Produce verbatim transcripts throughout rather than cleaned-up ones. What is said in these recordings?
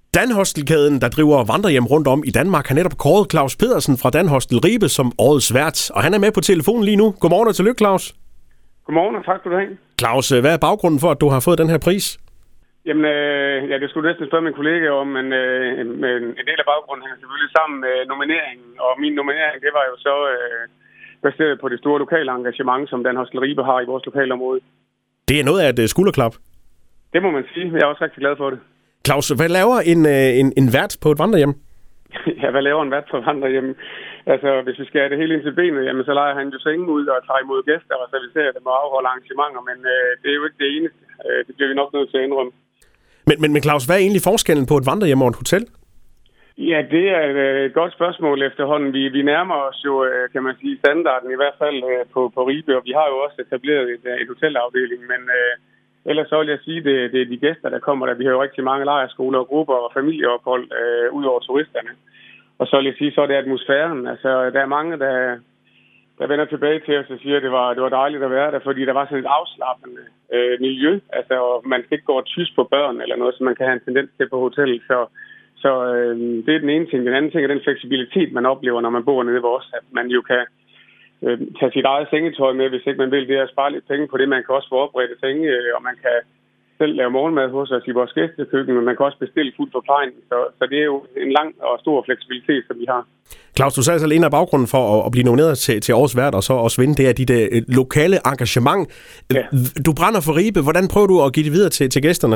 Danhostelkæden, der driver vandrehjem rundt om i Danmark, har netop kåret Claus Pedersen fra Danhostel Ribe som årets vært, og han er med på telefonen lige nu. Godmorgen og tillykke, Claus. Godmorgen og tak skal du have. Claus, hvad er baggrunden for, at du har fået den her pris? Jamen, øh, ja, det skulle næsten spørge min kollega om, men, øh, men en del af baggrunden hænger selvfølgelig sammen med nomineringen, og min nominering, det var jo så øh, baseret på det store lokale engagement, som Danhostel Ribe har i vores lokalområde. Det er noget af et skulderklap. Det må man sige. Jeg er også rigtig glad for det. Claus, hvad laver en, en, en vært på et vandrehjem? Ja, hvad laver en vært på et vandrehjem? Altså, hvis vi skal have det hele ind til benet, jamen, så leger han jo sengen ud og tager imod gæster, og servicerer dem og afholder arrangementer, men øh, det er jo ikke det eneste. Øh, det bliver vi nok nødt til at indrømme. Men, men, men Claus, hvad er egentlig forskellen på et vandrehjem og et hotel? Ja, det er et godt spørgsmål efterhånden. Vi, vi nærmer os jo, kan man sige, standarden i hvert fald på, på Ribe, og vi har jo også etableret et, et hotelafdeling, men øh, ellers så vil jeg sige, det, det er de gæster, der kommer der. Vi har jo rigtig mange lejrskoler og grupper og familieophold øh, ud over turisterne. Og så vil jeg sige, så er det atmosfæren. Altså, der er mange, der, der vender tilbage til os og siger, at det var, det var dejligt at være der, fordi der var sådan et afslappende øh, miljø. Altså, og man skal ikke gå og tyse på børn eller noget, som man kan have en tendens til på hotellet. Så, så øh, det er den ene ting. Den anden ting er den fleksibilitet, man oplever, når man bor nede ved os. At man jo kan øh, tage sit eget sengetøj med, hvis ikke man vil det, at spare lidt penge på det. Man kan også få opredte senge, øh, og man kan selv lave morgenmad hos os i vores gæstekøkken, men man kan også bestille fuld forplejning. Så, så det er jo en lang og stor fleksibilitet, som vi har. Claus, du sagde altså en af baggrunden for at, at blive nomineret til, til årets vært, og så også vinde, det er dit uh, lokale engagement. Ja. Du brænder for Ribe. Hvordan prøver du at give det videre til, til gæsterne?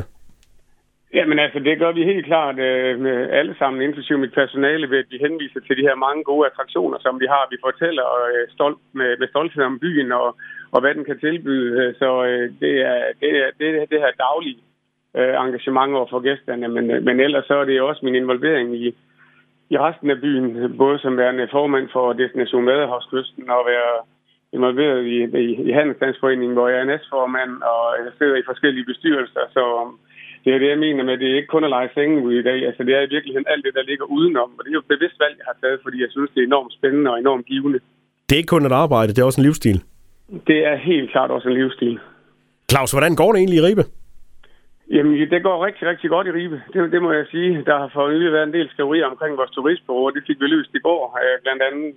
Jamen altså, det gør vi helt klart øh, med alle sammen, inklusive mit personale, ved at vi henviser til de her mange gode attraktioner, som vi har. Vi fortæller øh, stolt, med, med stolthed om byen og, og hvad den kan tilbyde. Så øh, det, er, det, er, det er det her daglige øh, engagement over for gæsterne. Men, men ellers så er det også min involvering i, i resten af byen, både som værende formand for Destination Vadehavskysten og være involveret i, i, i Handelsstandsforeningen, hvor jeg er næstformand, og jeg sidder i forskellige bestyrelser, så det er det, jeg mener med, det er ikke kun at lege sengen ud i dag. Altså, det er i virkeligheden alt det, der ligger udenom. Og det er jo et bevidst valg, jeg har taget, fordi jeg synes, det er enormt spændende og enormt givende. Det er ikke kun et arbejde, det er også en livsstil. Det er helt klart også en livsstil. Claus, hvordan går det egentlig i Ribe? Jamen, det går rigtig, rigtig godt i Ribe. Det, det må jeg sige. Der har for nylig været en del skriverier omkring vores turistbureau, og det fik vi løst i går, blandt andet.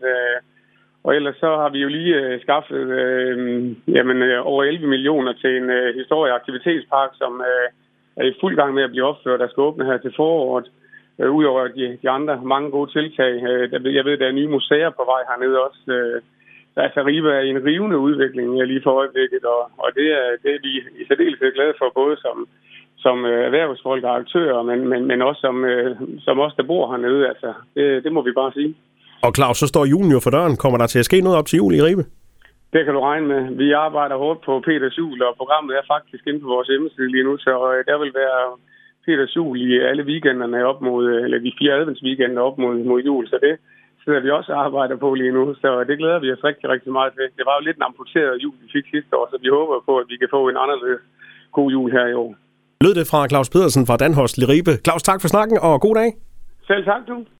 Og ellers så har vi jo lige skaffet øh, jamen, over elleve millioner til en øh, historieaktivitetspark, som øh, er i fuld gang med at blive opført, der skal åbne her til foråret. Øh, Udover de, de andre mange gode tiltag. Øh, jeg ved, der er nye museer på vej hernede også. Øh, altså Ribe er i en rivende udvikling lige for øjeblikket, og, og det, er, det er vi i særdeleshed glade for, både som, som erhvervsfolk og aktører, men, men, men også som, øh, som os, der bor hernede. Altså, det, det må vi bare sige. Og Claus, så står julen jo for døren. Kommer der til at ske noget op til jul i Ribe? Det kan du regne med. Vi arbejder hårdt på Peters Jul, og programmet er faktisk inde på vores hjemmeside lige nu, så der vil være Peters Jul i alle weekenderne op mod, eller de fire adventsweekender op mod, mod jul, så det sidder vi også og arbejder på lige nu, så det glæder vi os rigtig, rigtig meget til. Det var jo lidt en amputeret jul, vi fik sidste år, så vi håber på, at vi kan få en anderledes god jul her i år. Lød det fra Claus Pedersen fra Danhostel Ribe. Claus, tak for snakken, og god dag. Selv tak, du.